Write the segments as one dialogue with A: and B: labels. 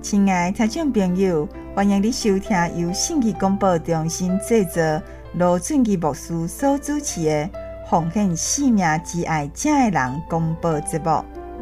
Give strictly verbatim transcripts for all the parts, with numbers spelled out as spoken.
A: 亲爱的听众朋友，欢迎你收听由信息广播中心制作、罗俊义牧师所主持的《奉献生命之爱正的人》广播节目。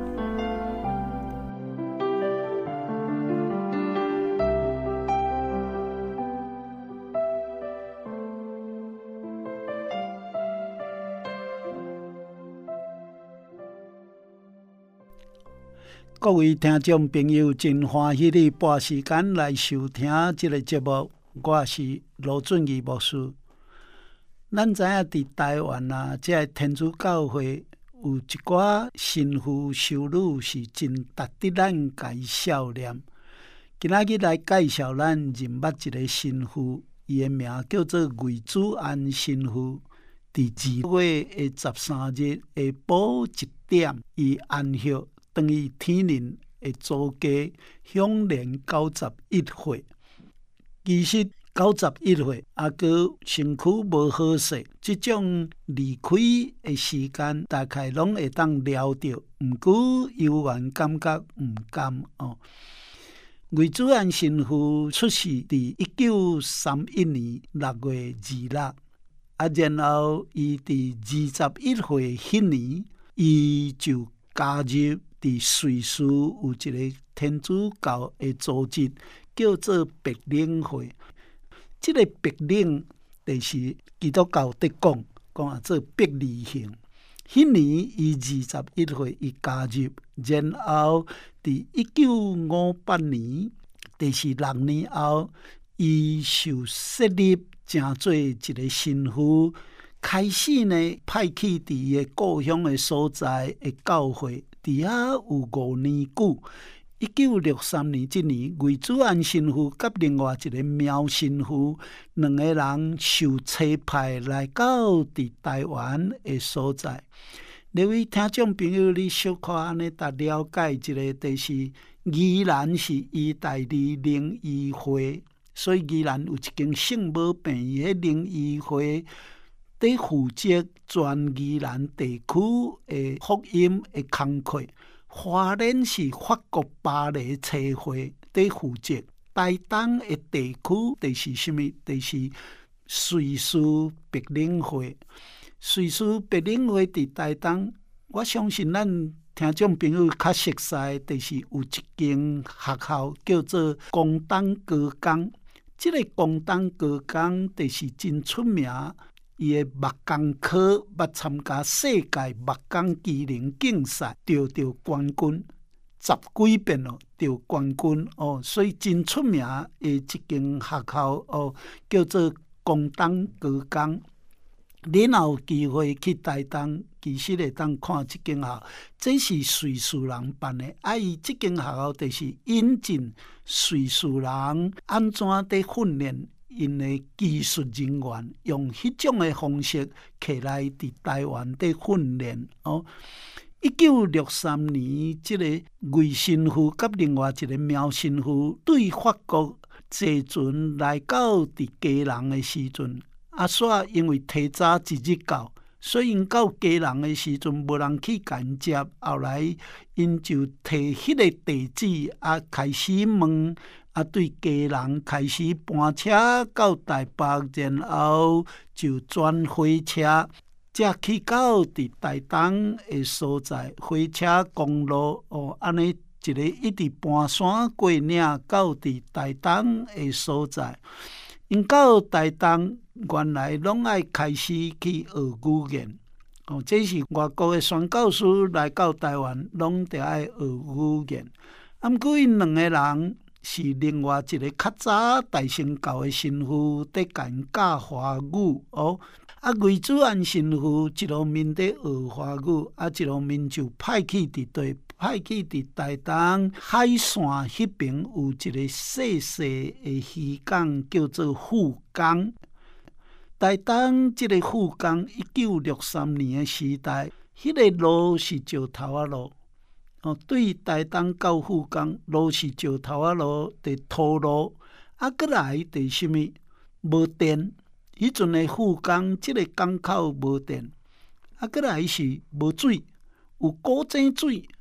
B: 各位听众朋友，真欢喜你拨时间来收听这个节目。我是罗俊义牧师。咱知影伫台湾啊，这个天主教会有一寡神父修女是真值得咱家孝念。今仔日来介绍咱认捌一个神父，伊的名叫做魏子安神父。伫二月的十三日下晡一点，伊安息。当伊天灵的祖家享年九十一岁，其实九十一岁啊，个身躯无好势，即种离开的时间大概拢会当料到，毋过犹原感觉毋甘哦。魏子安神父出世伫一九三一年六月二日，啊，然後伊伫二十一歲迄年，伊就加入。伫瑞士有一个天主教的组织，叫做白领会。这个白领就是基督教在讲，讲啊做白利行。迄年伊二十一岁，伊加入，然后伫一九五八年，就是六年后，伊受设立成做一个神父，开始呢派去伫伊的故乡的所在的教会。伫遐有五年久，一九六三年即年，魏子安神父甲另外一个苗神父，两个人受差派来到伫台湾的所在。各位听众朋友，你小可安尼达了解一个，就是宜兰是伊第二灵医会，所以宜兰有一间圣母病院，迄灵医会。在负责全宜兰地区的福音的工作，花莲是法国巴黎车会在负责，台东的地区就是什么？就是瑞士白领会。瑞士白领会伫台东，我相信咱听众朋友较熟悉，就是有一间学校叫做公东高工。这个公东高工就是真出名。伊的木工科捌参加世界木工机能竞赛，得到冠军，十几遍哦，得冠军哦，所以真出名的一间学校哦，叫做公东高工。你若有机会去台东，其实会当看这间学校，这是瑞士人办的。啊，伊这间学校就是引进瑞士人安怎在训练。因的技术人员用迄种的方式起来伫台湾的训练哦。一九六三年，这个魏神父甲另外一个苗神父对法国坐船来到伫基隆的时阵，啊，煞因为提早一日到，所以因到基隆的时阵无人去甲因接，后来因就摕迄个地址啊开始问。啊，对家人开始搬车到台北，然后就转火车，才去到伫台东的所在，火车公路哦，安尼一个一直搬山过岭到伫台东的所在。因到台东原来拢爱开始去学语言，哦，这是外国的宣教师来到台湾，拢得爱学语言。啊，毋过因两个人。是另外一个较早大乘教的神父在教教华语哦，啊，魏子安神父一路面在学华语，啊，一路面就派去伫对派去伫台东海线迄边有一个细细的渔港叫做富港。台东这个富港，一九六三年的时代，迄、那个路是石头啊路。哦，对台东到富港路是石头啊路的土路，啊，过来第什么无电？迄阵的富港，即、这个港口无电，啊，过来是无水，有古井水，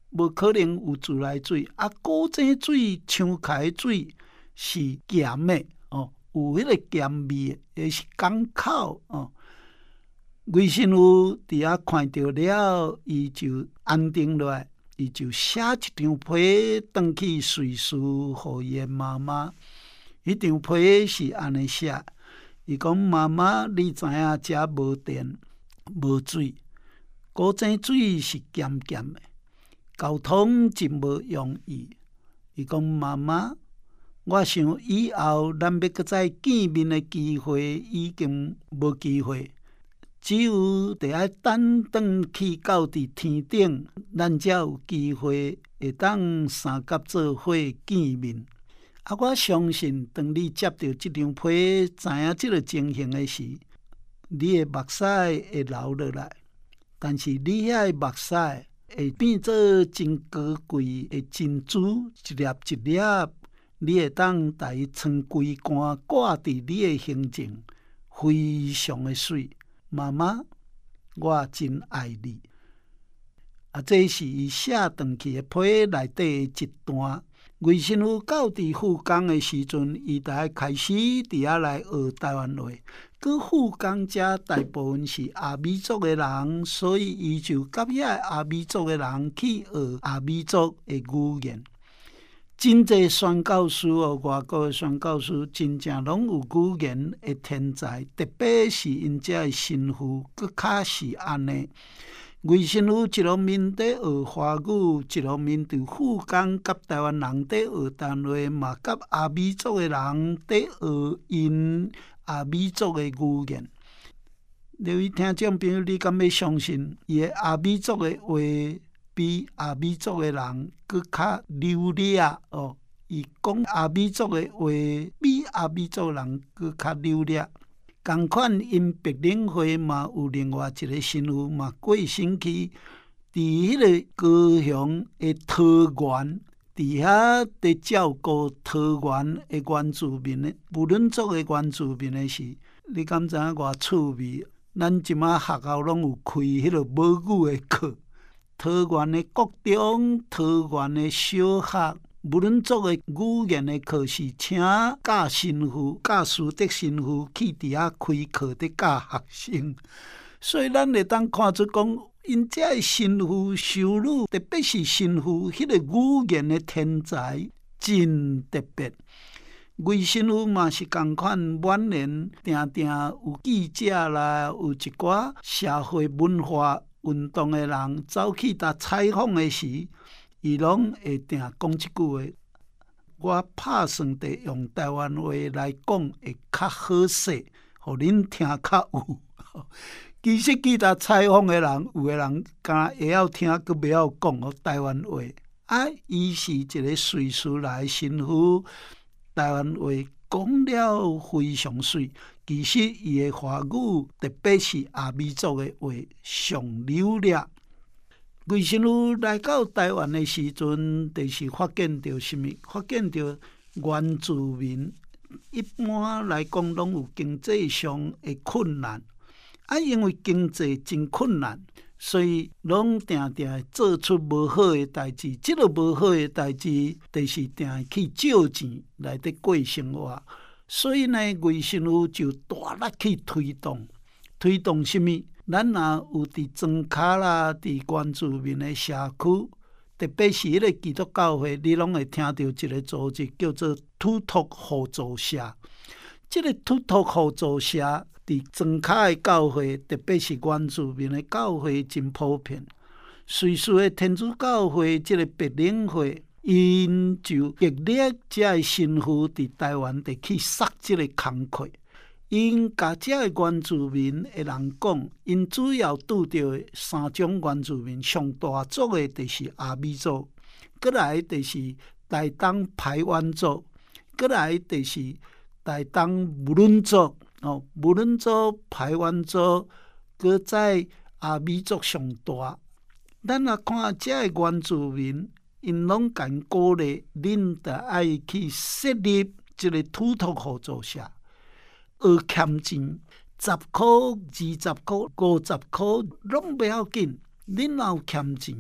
B: 无可能有自来水。啊，古井水、枪开水是咸的哦，有迄个咸味，也是港口哦。魏神父伫遐看到了，伊就安定落来，伊就写一张批转去瑞士，互伊的妈妈。迄张批是安尼写，伊讲妈妈，你知影遮无电、无水，古井水是咸咸的，交通真无容易。伊讲妈妈，我想以后咱要搁再见面的机会已经无机会。只有得爱等转去到伫天顶，咱才有机会会当三甲做伙见面。啊，我相信当你接到这张批，知影这个情形的时，你的目屎会流落来，但是你遐的目屎会变做真高贵的珍珠，一粒一粒，你会当把伊穿规竿挂伫你的胸前，非常的水。妈妈，我真爱你。啊，这是伊写转去的批内底的一段。魏神父到伫复工的时阵，伊就爱开始伫遐来学台湾话。佮复工者大部分是阿美族的人，所以伊就甲遐阿美族的人去学阿美族的语言。真侪宣教师哦，外国的宣教师真正拢有语言的天才，特别是因遮的神父，佮较是安尼。魏神父一路面伫学华语，一路面对复工甲台湾人伫学台湾话，嘛甲阿美族的人伫学因阿美族的语言。各位听众朋友，你敢要相信伊的阿美族的话？比阿美族的人佫较流利哦，伊讲阿美族的话，比阿美族人佫较流利。同款因白领会嘛有另外一个神父嘛过身去，伫迄个高雄的桃园，伫遐伫照顾桃园的原住民的无论族的原住民的时，你敢知影偌趣味？咱即马学校拢有开迄个母语的课。桃园的国中、桃园的小学，无论族的语言的课是请教神父、教师德神父去伫遐开课伫教学生，所以咱会当看出讲，因遮的神父修女，特别是神父，迄、那个语言的天才真特别。魏神父嘛是共款，晚年定定有记者啦，有一寡社会文化运动的人走去搭采访的时，伊拢会定讲一句话：我打算得用台湾话来讲，会较好势，互恁听较有。其实去搭采访的人，有的人敢会晓听，佮袂晓讲台湾话。啊，伊是一个瑞士来的神父，台湾话讲了非常水。其实伊的华语，特别是阿美族的话，上流利。魏神父来到台湾的时阵，就是发现到什么？发现到原住民一般来讲，拢有经济上的困难。啊，因为经济真困难，所以拢定定做出无好的代志。即、这个无好的代志，就是定去借钱来得过生活。所以呢，魏神父就大力去推动，推动什么？咱若有伫庄脚啦，伫原住民的社区，特别是迄个基督教会，你拢会听到一个组织叫做土托互助社。即、这个土托互助社伫庄脚的教会，特别是原住民的教会真普遍。瑞士的天主教会，即、这个白领会。因就极力遮个神父伫台湾地去杀即个工课，因甲遮个原住民的人讲，因主要拄到三种原住民，上大族的就是阿美族，过来就是台东排湾族，过来就是台东无伦族哦，无伦族、排湾族，搁在阿美族上大。咱若看遮个原住民。因拢敢鼓励，恁得爱去设立一个土托互助社，学欠钱，十箍、二十箍、五十箍拢不要紧。恁若有欠钱，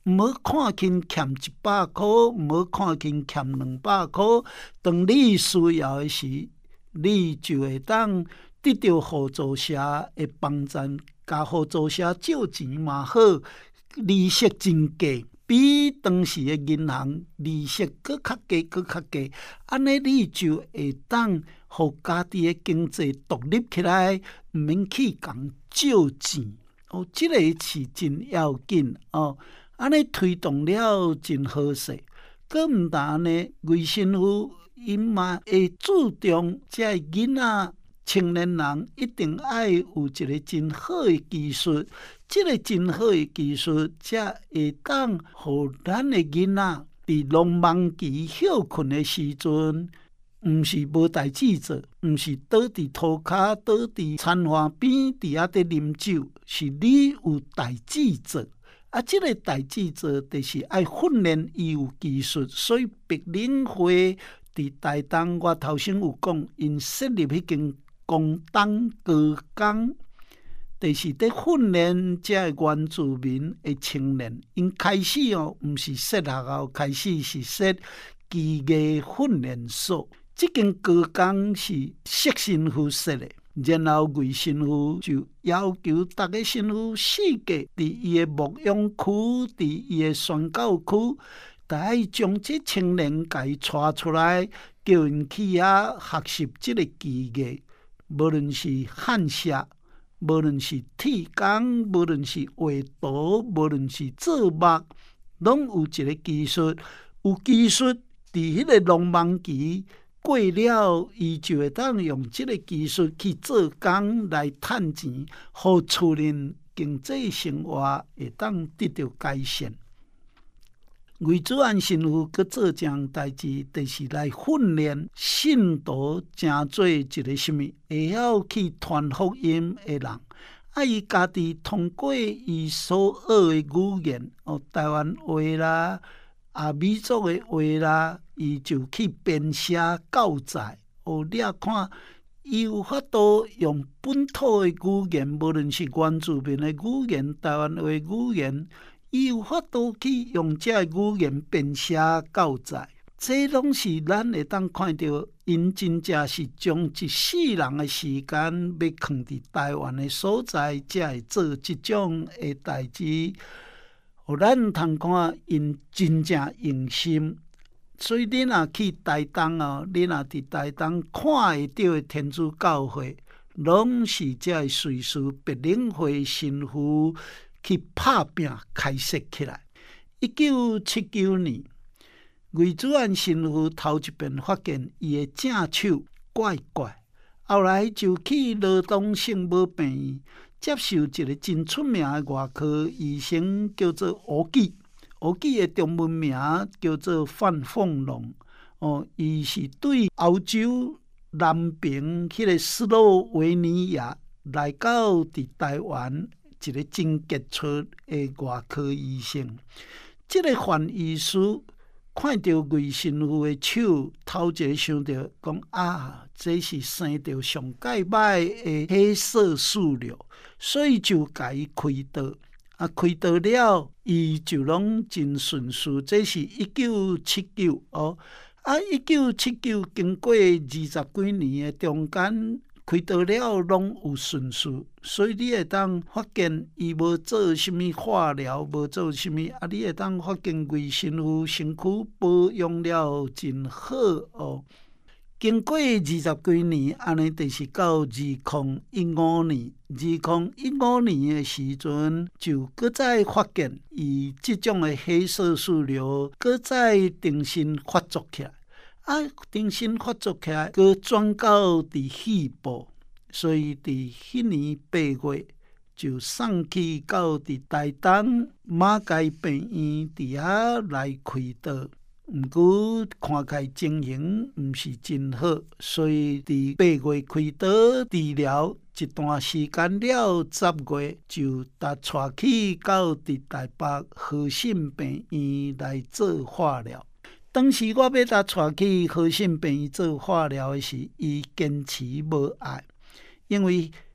B: 毋好看轻欠一百箍，毋好看轻欠两百箍。当你需要的时，你就会当得到合作社的帮衬，甲合作社借钱嘛好，利息真低，比当时的银行利息搁较低，搁较低。安尼你就会当互家己的经济独立起来，毋免去共借钱。哦，即、這个是真要紧哦。安尼推动了真好势，搁毋但安尼，卫生府因嘛会注重这囡仔、青年人一定爱有一个真好的技术，即、這个真好的技術才会当互咱的囡仔伫農忙期休困的时阵，毋是无代志做，毋是倒伫涂骹、倒伫田花边伫遐伫啉酒，是你有代志做。啊，即、這个代志做，就是爱训练伊有技术。所以白领会伫台东，我头先有讲，因设立迄间工党高工，就是伫训练这原住民的青年。因开始哦，毋是设学校，开始是设技艺训练所。即间高工是设身府设的。然后卫生府就要求逐个身府四界伫伊的牧养区、伫伊的宣教区，就爱将这青年家带出来，叫因去遐学习即个技艺。无论是焊锡，无论是铁工，无论是画图，无论是做木，拢有一个技术。有技术伫迄个农忙期过了，伊就会当用这个技术去做工来赚钱，互厝人经济生活会当得到改善。为主安神父佮做这样代志，就是来训练信徒，成做一个什么会晓去传福音的人。啊，伊家己通过伊所学的语言，哦，台湾话啦。啊，民族的话啦，伊就去编写教材。哦，你啊看，伊有法度用本土的语言，无论是原住民的语言、台湾话语言，伊有法度去用这语言编写教材。这拢是咱会当看到，因真正是将一世人的时间要放伫台湾的所在，才会做这种的代志。互咱通看因真正用心，所以你若去台东哦，你若伫台东看会到的天主教会，拢是这随时白领会神父去拍拼开设起来。一九七九年，魏主安神父头一遍发现伊的正手怪怪，后来就去罗东圣母病院。接受一个真出名的外科医生，叫做吴记。吴记的中文名叫做范凤龙。哦，伊是对欧洲南边迄个斯洛维尼亚来到伫台湾一个真杰出的外科医生。这个范医师看到魏神父的手，头一个想到讲啊，这是生到上界歹的黑色素瘤。所以就甲伊开刀，啊开刀了，伊就拢真顺遂。这是一九七九哦，啊一九七九经过二十几年的中间，开刀了拢有顺遂，所以你会当发现伊无做什么化疗，无做什么，啊你会当发现魏神父身躯保养了真好哦。经过二十几年，安尼就是到二零一五年，二零一五年的时阵，就搁再发现伊即种的黑色素瘤，搁再重新发作起来。啊，重新发作起来，搁转到伫肺部，所以伫迄年八月就送去到伫台东马偕病院伫遐来开刀。毋过看起来情形毋是真好，所以伫八月开刀治疗一段时间了，十月就搭带去到伫台北和信病院来做化疗。当时我要搭带去和信病院做化疗的时，伊坚持无爱，因为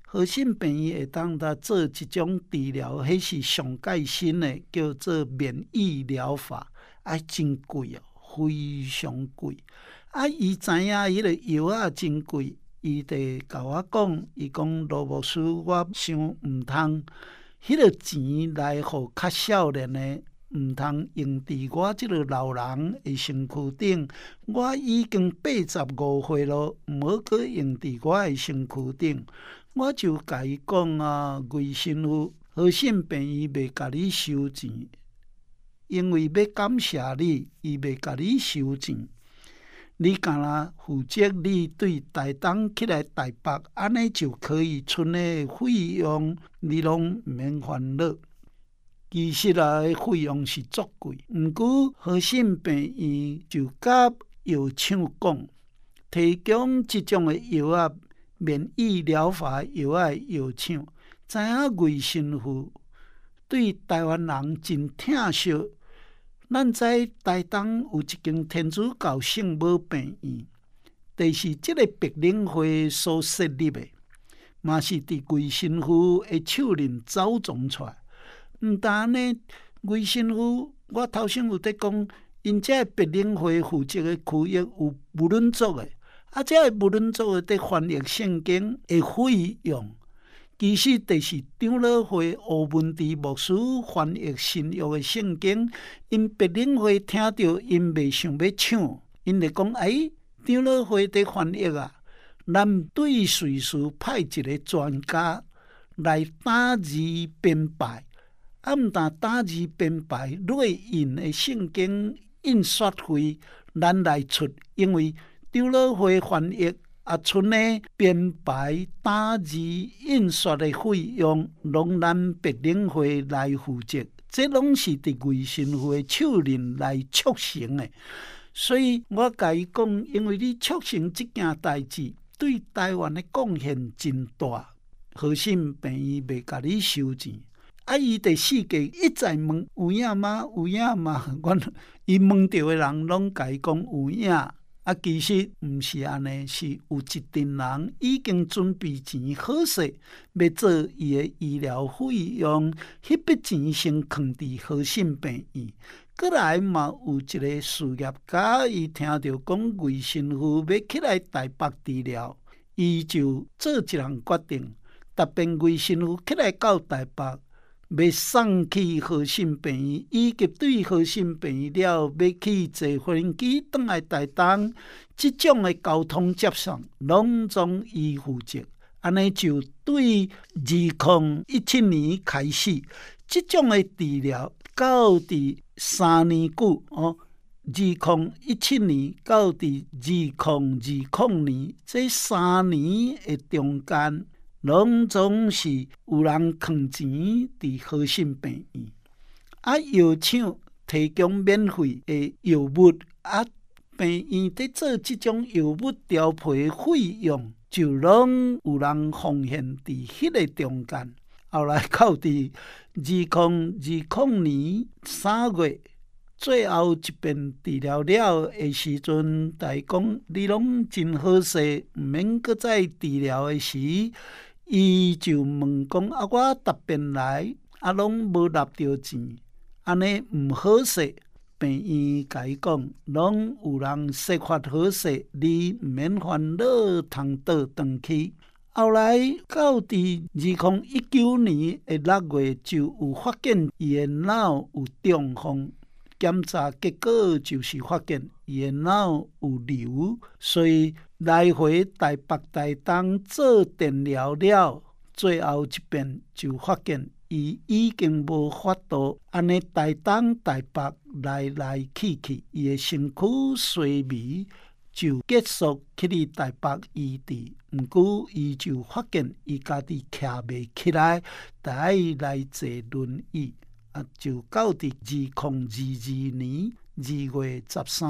B: 核心病医会当来做一种治疗，迄是上界新的，叫做免疫疗法，啊，真贵哦，非常贵。啊，伊知影迄个药啊真贵，伊就甲我讲，伊讲罗牧师，我想毋通，迄个钱来互较少年的。毋通用伫我即个老人的身躯顶，我已经八十五岁咯，毋好阁用伫我的身躯顶。我就甲伊讲啊，魏神父，好心病医袂甲你收钱，因为要感谢你，伊袂甲你收钱。你敢若负责你对台东起来台北，安尼就可以剩的费用，你拢毋免烦恼。其实啊，费用是足贵，毋过和信病院就甲药厂讲，提供即种的药啊，免疫疗法药啊，药厂知影魏神父对台湾人真疼惜。咱知台东有一间天主教圣母病院，就是即个白领会所设立的，嘛是伫魏神父的手里走总出来。毋但呢，魏神父，我头先有在讲，因这白领会负责的区域有无论族的，啊，这无论族的在翻译圣经的费用，其实就是长老会吴文治牧师翻译新约的圣经，因白领会听到因袂想要抢，因就讲，哎，长老会在翻译啊，咱对随时派一个专家来打字编排。啊，毋但打字编排内印的圣经印刷费，咱来出，因为长老会翻译啊，剩的编排打字印刷的费用，拢咱白领会来负责，这拢是伫魏神父的手里来促成的。所以我甲伊讲，因为你促成这件代志，对台湾的贡献真大，好心病医袂甲你收钱。啊！伊第四界一再问有影吗？有影吗？我伊问到的人拢甲伊讲有影。啊，其实毋是安尼，是有一群人已经准备钱好势，要做伊的医疗费用，迄笔钱先藏伫好心病院。过来嘛，有一个事业家，伊听到讲魏神父要起来台北治疗，伊就做一项决定，特别魏神父起来到台北。要送去和信病院，以及对和信病院了，要去坐飞机转来台东，这种的交通接送，拢总伊负责。安尼就对二零一七年开始，这种的治疗到伫三年久哦，二零一七年到伫二零二零年这三年的中间。拢总是有人囥钱伫好心病院，啊，药厂提供免费的药物，啊，病院在做这种药物调配的费用，就拢有人奉献伫迄个中间。后来到伫二零二零年三月，最后一遍治疗了的时阵，大家讲你拢真好势，毋免搁再治疗的时。伊就问讲啊，我逐遍来啊，拢无纳到钱，安尼毋好势。病院甲伊讲，拢有人设法好势，你毋免烦恼，通倒转去。后来到伫二零一九年的六月，就有发现伊的脑有中风，检查结果就是发现伊的脑有瘤，所以。来回台北、台东做电疗了，最后一遍就发现伊已经无法度安尼台东、台北来来去去，伊的身躯衰微，就结束去哩台北医治。毋过伊就发现伊家己徛袂起来，得爱来坐轮椅，啊，就到伫二零二二年二月十三。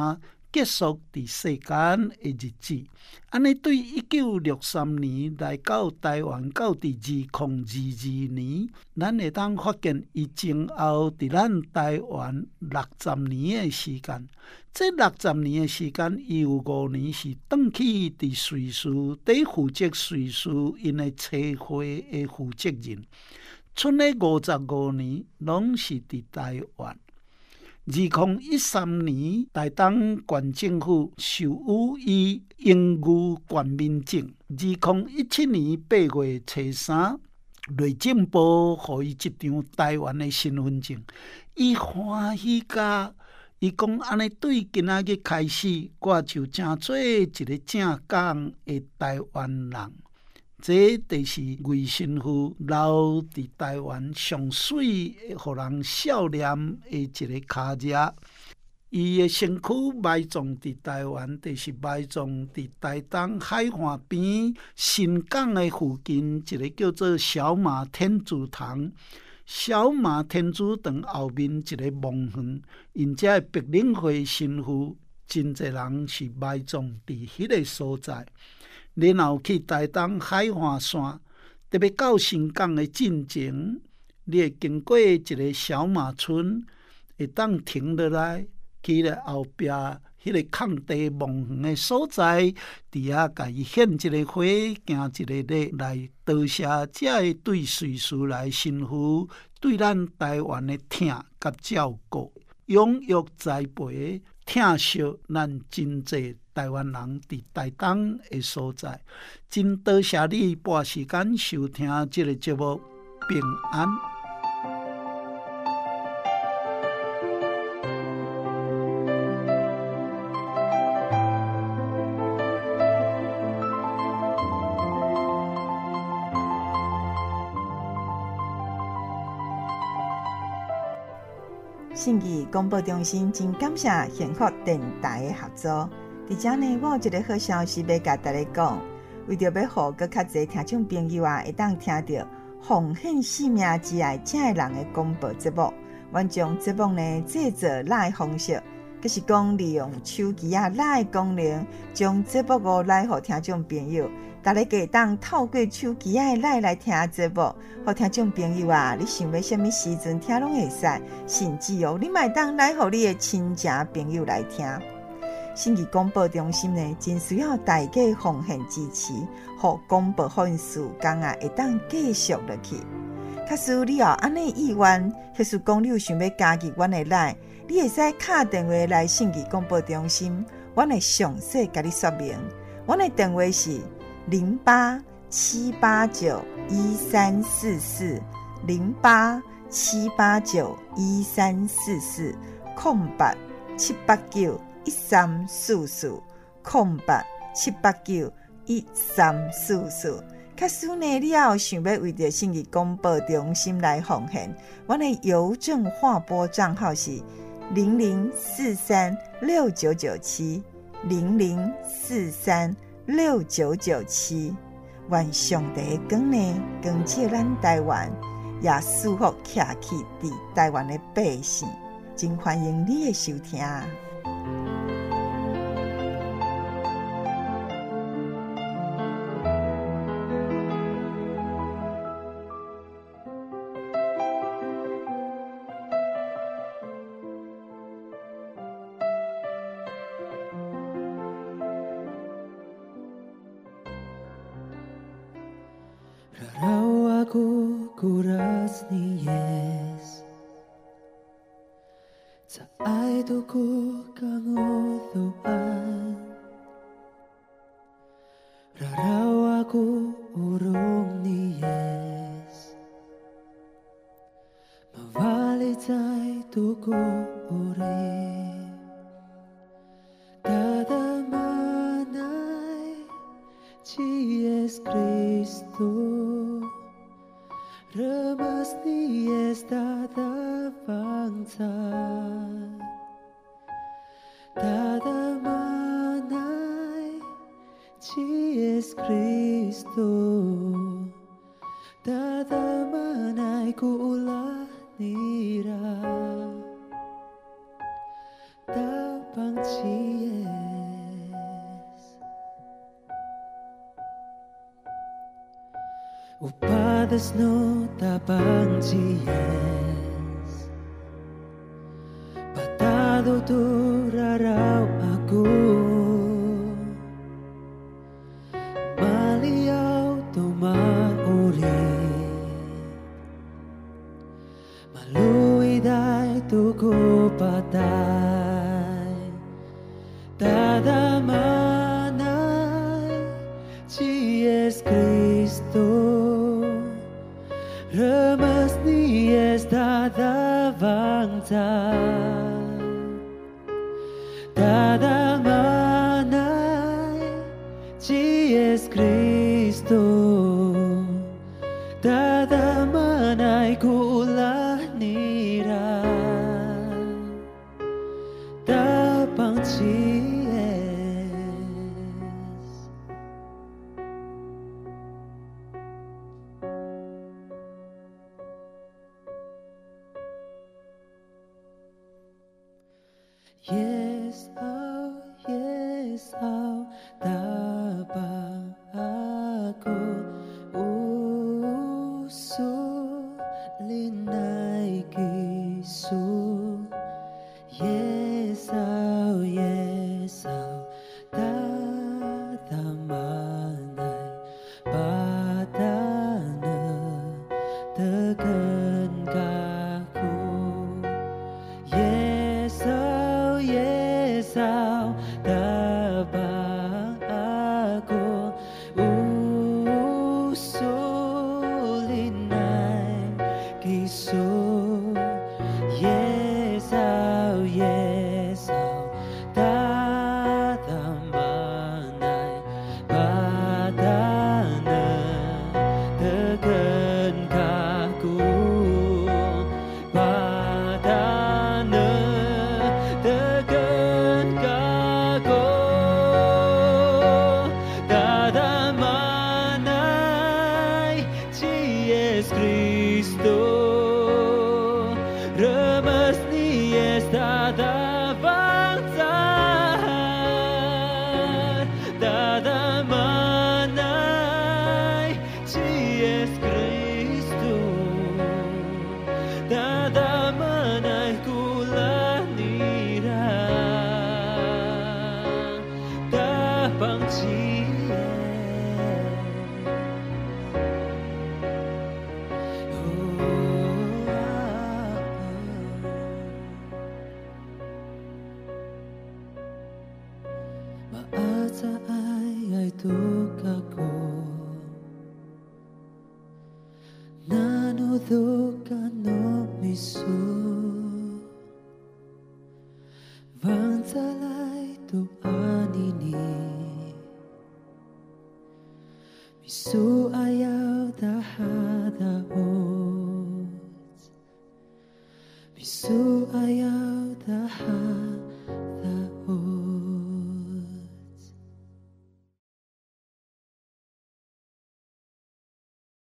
B: 结束伫世间的日子。安尼对一九六三年来到台湾到伫二零二二年，咱会当发现伊前后伫咱台湾六十年的时间。这六十年的时间，伊有五年是转去伫瑞士，伫负责瑞士因的车会的负责人。剩的五十五年拢是伫台湾。二零一三年，台东县政府授予伊永居县民证。二零一七年八月初三，内政部予伊一张台湾的身份证。伊欢喜甲，伊讲安尼对今仔日开始，我就真做一个正港的台湾人。这就是魏神父留伫台湾上水，互人笑脸的一个脚跡。伊的身躯埋葬伫台湾，就是埋葬伫台东海岸边新港的附近，一个叫做小马天主堂。小马天主堂后面一个墓园，因遮的白领会神父，真侪人是埋葬伫迄个所在。然后去台东海岸线，特别到新港的进前，你会经过一个小马村，会当停落来，去了后壁迄个空地墓园的所在，伫遐甲伊献一个花，行一个礼来多谢这个对瑞士来神父对咱台湾的疼甲照顾，养育栽培，疼惜咱真济台湾人伫台东的所在。真多谢你拨时间收听这个节目，平安。
A: 信义广播中心真感谢幸福电台的合作。伫遮呢，我有一个好消息要甲大家讲，为着要互搁较侪听众朋友啊，会当听到奉献性命之爱这个人的广播节目，阮将节目呢制作来方式，就是讲利用手机啊来功能，将节目个来互听众朋友。大家可以当透过手机啊来来听节目，互听众朋友啊，你想要什么时阵听拢会使，甚至哦，你嘛当来互你的亲情朋友来听。信义广播中心呢，真需要大家奉献支持，互广播好因事工啊会当继续落去。假使你有安尼意愿，或是讲你有想要加入阮的来，你会使打电话来信义广播中心，阮会详细甲你说明。阮的电话是零八七八九一三四四零八七八九一三四四空八七八九一三四四空八七八九一三四四。假使呢，你要想要为着信义广播中心来奉献，我的邮政划拨账号是零零四三六九九七零零四三六九九七。愿上帝光呢光照咱台湾，也祝福徛起伫台湾的百姓。真欢迎你的收听。
C: Raw aku kuras ni Yes Sa ay tuko kang utuan Raraw aku urong ni Yes Mawalit ay tuko uri Dadamanay Yes Cristo Remas ni esta bangsa Dadamanay Yes Cristo Dadamanay kuulah nira Tapang Upadas no tabang Diyes Patado duraraw ako Maliyaw tumaulit Maluwid ay tugo patay Dadamanay Diyes Kristo Remas ni es dadavangtan Dadamanay Diyes Kristo Dadamanay kulah nira Dapang Diyes Yes, oh, yes, oh, tabang ako usulinay kisu. Yes, oh, yes, oh, tatamanay patana tegan kaku. Yes, oh, yes, oh, tabang ako usulinay kisu. Yes, oh, yes, oh, tatamanay patana tegan kaku. Patana tegan kaku. Dadamanay Diyes Kristo. Remas ni es dadavangtan. Dadamanay Diyes Kristo. Dadamanay kulah nira Dapang Diyes. Oh, ah, Maata ay ay tukako Nanudukan no miso Vantalay tu anini Miso ayaw dahadao